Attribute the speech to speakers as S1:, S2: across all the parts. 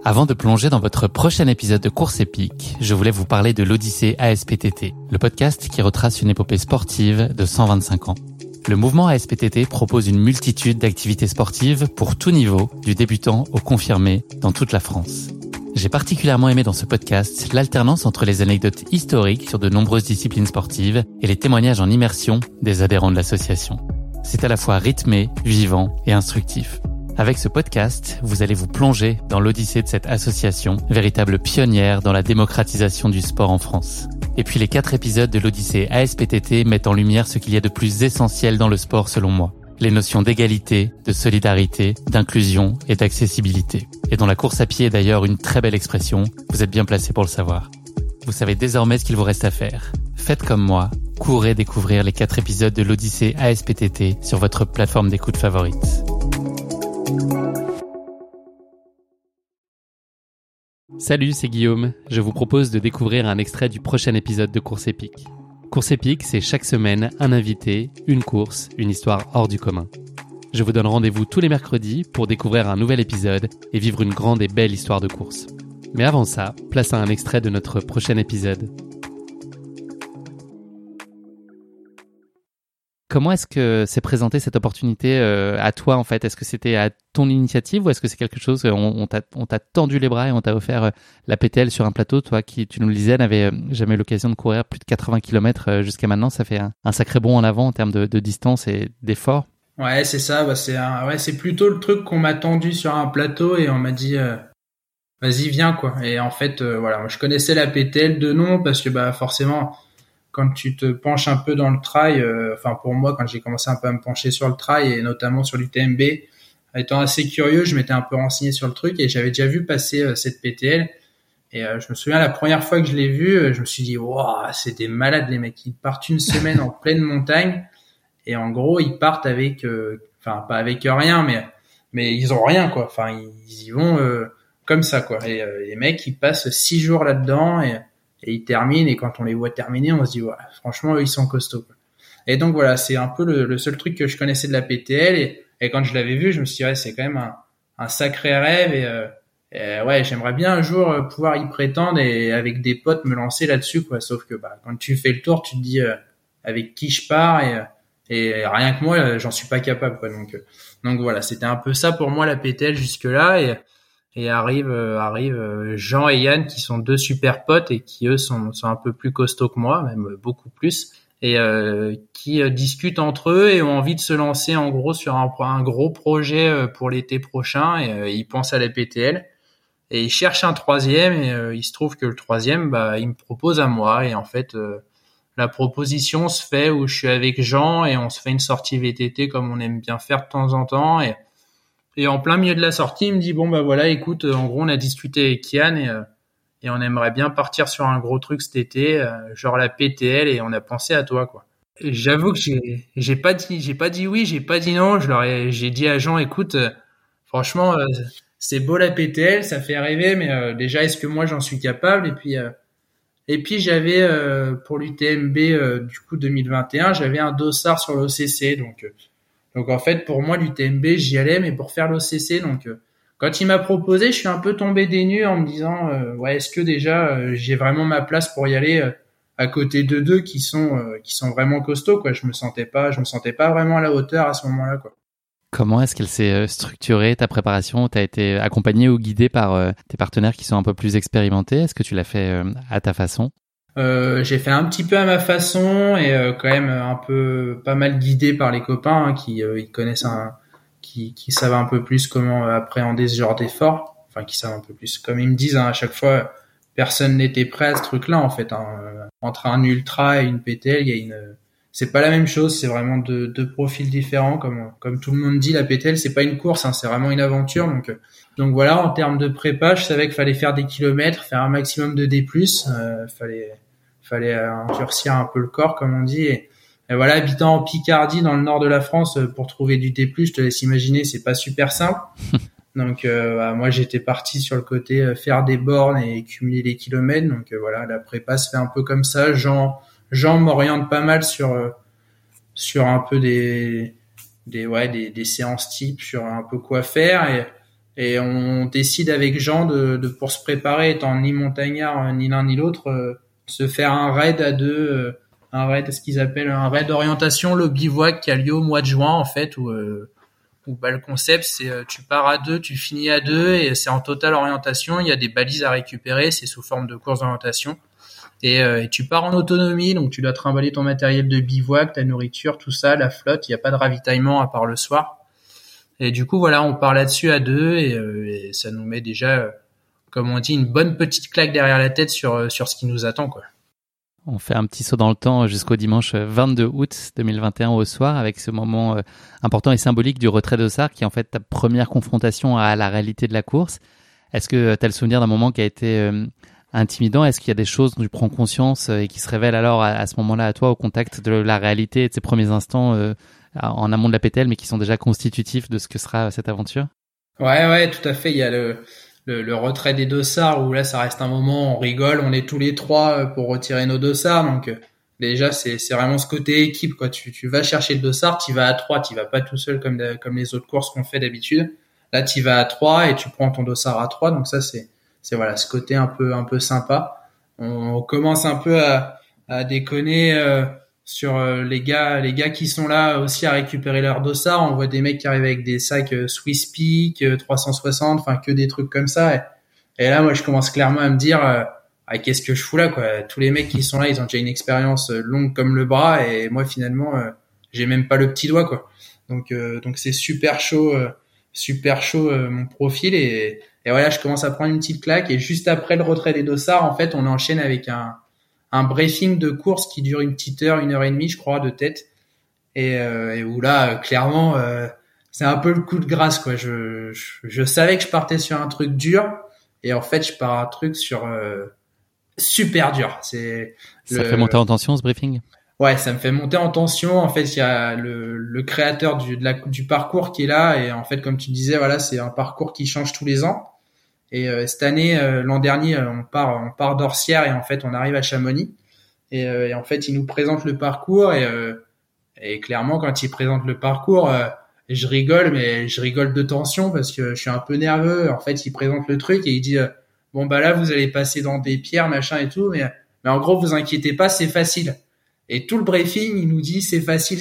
S1: Avant de plonger dans votre prochain épisode de Course épique, je voulais vous parler de l'Odyssée ASPTT, le podcast qui retrace une épopée sportive de 125 ans. Le mouvement ASPTT propose une multitude d'activités sportives pour tout niveau, du débutant au confirmé, dans toute la France. J'ai particulièrement aimé dans ce podcast l'alternance entre les anecdotes historiques sur de nombreuses disciplines sportives et les témoignages en immersion des adhérents de l'association. C'est à la fois rythmé, vivant et instructif. Avec ce podcast, vous allez vous plonger dans l'odyssée de cette association, véritable pionnière dans la démocratisation du sport en France. Et puis les 4 épisodes de l'Odyssée ASPTT mettent en lumière ce qu'il y a de plus essentiel dans le sport selon moi. Les notions d'égalité, de solidarité, d'inclusion et d'accessibilité. Et dont la course à pied est d'ailleurs une très belle expression, vous êtes bien placé pour le savoir. Vous savez désormais ce qu'il vous reste à faire. Faites comme moi, courez découvrir les 4 épisodes de l'Odyssée ASPTT sur votre plateforme d'écoute favorite. Salut, c'est Guillaume. Je vous propose de découvrir un extrait du prochain épisode de Course épique. Course épique, c'est chaque semaine un invité, une course, une histoire hors du commun. Je vous donne rendez-vous tous les mercredis pour découvrir un nouvel épisode et vivre une grande et belle histoire de course. Mais avant ça, place à un extrait de notre prochain épisode. Comment est-ce que s'est présentée cette opportunité à toi en fait ? Est-ce que c'était à ton initiative ou est-ce que c'est quelque chose on t'a tendu les bras et on t'a offert la PTL sur un plateau, toi qui, tu nous le disais, n'avais jamais eu l'occasion de courir plus de 80 km jusqu'à maintenant. Ça fait un sacré bond en avant en termes de distance et d'effort.
S2: Ouais, c'est ça. C'est plutôt le truc qu'on m'a tendu sur un plateau et on m'a dit vas-y viens quoi. Et en fait voilà, moi je connaissais la PTL de nom parce que forcément quand tu te penches un peu dans le trail, pour moi, quand j'ai commencé un peu à me pencher sur le trail et notamment sur l'UTMB, étant assez curieux, je m'étais un peu renseigné sur le truc et j'avais déjà vu passer cette PTL. Et je me souviens la première fois que je l'ai vu, je me suis dit waouh, c'est des malades les mecs, ils partent une semaine en pleine montagne et en gros ils partent avec, pas avec rien, mais ils ont rien quoi. Enfin ils y vont comme ça quoi. Et les mecs ils passent 6 jours là-dedans et ils terminent, et quand on les voit terminer, on se dit, ouais, franchement, eux, ils sont costauds, quoi. Et donc, voilà, c'est un peu le seul truc que je connaissais de la PTL, et quand je l'avais vu, je me suis dit, ouais, c'est quand même un sacré rêve, et ouais, j'aimerais bien un jour pouvoir y prétendre, et avec des potes me lancer là-dessus, quoi. Sauf que, quand tu fais le tour, tu te dis, avec qui je pars, et rien que moi, j'en suis pas capable, quoi. Donc voilà, c'était un peu ça pour moi, la PTL jusque-là, et arrive Jean et Yann qui sont 2 super potes et qui eux sont un peu plus costauds que moi, même beaucoup plus, et qui discutent entre eux et ont envie de se lancer en gros sur un gros projet pour l'été prochain, et ils pensent à la PTL et ils cherchent un 3e, et il se trouve que le 3e ils me proposent à moi, et en fait la proposition se fait où je suis avec Jean et on se fait une sortie VTT comme on aime bien faire de temps en temps, et en plein milieu de la sortie, il me dit bon voilà, écoute, en gros on a discuté avec Yann et on aimerait bien partir sur un gros truc cet été, genre la PTL, et on a pensé à toi quoi. Et j'avoue que j'ai pas dit oui, j'ai pas dit non, j'ai dit à Jean écoute, franchement c'est beau la PTL, ça fait rêver, mais déjà est-ce que moi j'en suis capable, et puis j'avais pour l'UTMB du coup 2021, j'avais un dossard sur l'OCC, donc en fait, pour moi, l'UTMB, j'y allais, mais pour faire l'OCC. Donc, quand il m'a proposé, je suis un peu tombé des nues en me disant, ouais, est-ce que déjà j'ai vraiment ma place pour y aller à côté de 2 qui sont vraiment costauds, quoi. Je me sentais pas vraiment à la hauteur à ce moment-là, quoi.
S1: Comment est-ce qu'elle s'est structurée, ta préparation ? T'as été accompagné ou guidé par tes partenaires qui sont un peu plus expérimentés ? Est-ce que tu l'as fait à ta façon ?
S2: J'ai fait un petit peu à ma façon, et quand même un peu pas mal guidé par les copains qui ils connaissent qui savent un peu plus comment appréhender ce genre d'effort, enfin qui savent un peu plus, comme ils me disent à chaque fois, personne n'était prêt à ce truc-là en fait, entre un ultra et une PTL, c'est pas la même chose, c'est vraiment deux profils différents, comme tout le monde dit, la PTL c'est pas une course, c'est vraiment une aventure, donc voilà, en termes de prépa, je savais qu'il fallait faire des kilomètres, faire un maximum de D+, fallait endurcir un peu le corps comme on dit, et voilà, habitant en Picardie dans le nord de la France, pour trouver du D+, je te laisse imaginer, c'est pas super simple. Donc moi j'étais parti sur le côté faire des bornes et cumuler les kilomètres, donc voilà, la prépa se fait un peu comme ça. Jean m'oriente pas mal sur un peu des séances types sur un peu quoi faire, Et on décide avec Jean de pour se préparer, étant ni montagnard ni l'un ni l'autre, se faire un raid à deux, un raid, ce qu'ils appellent un raid d'orientation, le bivouac qui a lieu au mois de juin en fait, où le concept c'est tu pars à deux, tu finis à deux et c'est en totale orientation. Il y a des balises à récupérer, c'est sous forme de course d'orientation et tu pars en autonomie, donc tu dois trimballer ton matériel de bivouac, ta nourriture, tout ça, la flotte. Il y a pas de ravitaillement à part le soir. Et du coup voilà, on part là-dessus à deux et ça nous met déjà, comme on dit, une bonne petite claque derrière la tête sur ce qui nous attend quoi.
S1: On fait un petit saut dans le temps jusqu'au dimanche 22 août 2021 au soir avec ce moment important et symbolique du retrait d'Ossard qui est en fait ta première confrontation à la réalité de la course. Est-ce que tu as le souvenir d'un moment qui a été intimidant? Est-ce qu'il y a des choses dont tu prends conscience et qui se révèlent alors à ce moment-là à toi au contact de la réalité et de ces premiers instants en amont de la PTL mais qui sont déjà constitutifs de ce que sera cette aventure?
S2: Ouais, tout à fait. Il y a le retrait des dossards où là ça reste un moment, on rigole, on est tous les trois pour retirer nos dossards, donc déjà c'est vraiment ce côté équipe quoi. Tu vas chercher le dossard, tu vas à trois, tu vas pas tout seul comme les autres courses qu'on fait d'habitude. Là tu vas à trois et tu prends ton dossard à trois, donc ça c'est voilà ce côté un peu sympa. On commence un peu à déconner sur les gars qui sont là aussi à récupérer leur dossard. On voit des mecs qui arrivent avec des sacs Swiss Peak 360, enfin que des trucs comme ça. Et là, moi, je commence clairement à me dire qu'est-ce que je fous là quoi. Tous les mecs qui sont là, ils ont déjà une expérience longue comme le bras, et moi finalement, j'ai même pas le petit doigt quoi. Donc c'est super chaud mon profil et voilà, je commence à prendre une petite claque. Et juste après le retrait des dossards, en fait, on enchaîne avec un briefing de course qui dure une petite heure, 1h30, je crois, de tête. Et où là, clairement, c'est un peu le coup de grâce, quoi. Je savais que je partais sur un truc dur. Et en fait, je pars un truc sur super dur.
S1: Ça fait monter en tension, ce briefing?
S2: Ouais, ça me fait monter en tension. En fait, il y a le créateur du parcours qui est là. Et en fait, comme tu disais, voilà, c'est un parcours qui change tous les ans. Et cette année, l'an dernier, on part d'Orsières et en fait, on arrive à Chamonix. Et en fait, il nous présente le parcours et clairement, quand il présente le parcours, je rigole, mais je rigole de tension parce que je suis un peu nerveux. En fait, il présente le truc et il dit bon bah là, vous allez passer dans des pierres, machin et tout, mais en gros, vous inquiétez pas, c'est facile. Et tout le briefing, il nous dit c'est facile.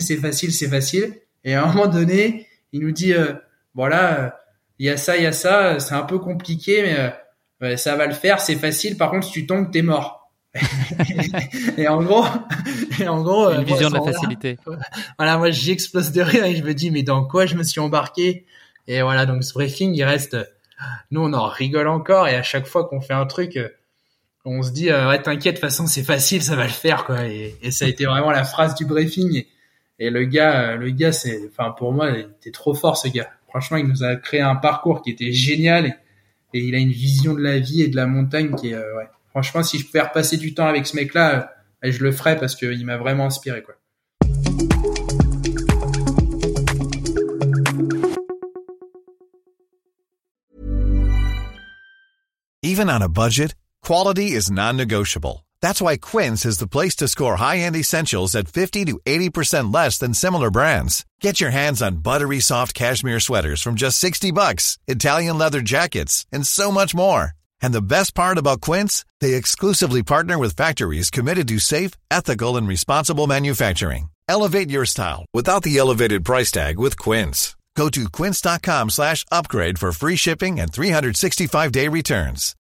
S2: Et à un moment donné, il nous dit voilà. Il y a ça, c'est un peu compliqué, mais ça va le faire, c'est facile. Par contre, si tu tombes, t'es mort. et en gros,
S1: une vision de la facilité.
S2: Voilà, moi j'explose de rire et je me dis mais dans quoi je me suis embarqué? Et voilà, donc ce briefing, il reste. Nous, on en rigole encore et à chaque fois qu'on fait un truc, on se dit ouais, t'inquiète, de toute façon c'est facile, ça va le faire quoi. Et ça a été vraiment la phrase du briefing. Et le gars, c'est, enfin pour moi, il était trop fort ce gars. Franchement, il nous a créé un parcours qui était génial et il a une vision de la vie et de la montagne qui est, ouais. Franchement, si je pouvais repasser du temps avec ce mec-là, je le ferais parce qu'il m'a vraiment inspiré, quoi.
S3: Even on a budget, quality is non-negotiable. That's why Quince is the place to score high-end essentials at 50 to 80% less than similar brands. Get your hands on buttery soft cashmere sweaters from just $60, Italian leather jackets, and so much more. And the best part about Quince, they exclusively partner with factories committed to safe, ethical, and responsible manufacturing. Elevate your style without the elevated price tag with Quince. Go to quince.com/upgrade for free shipping and 365-day returns.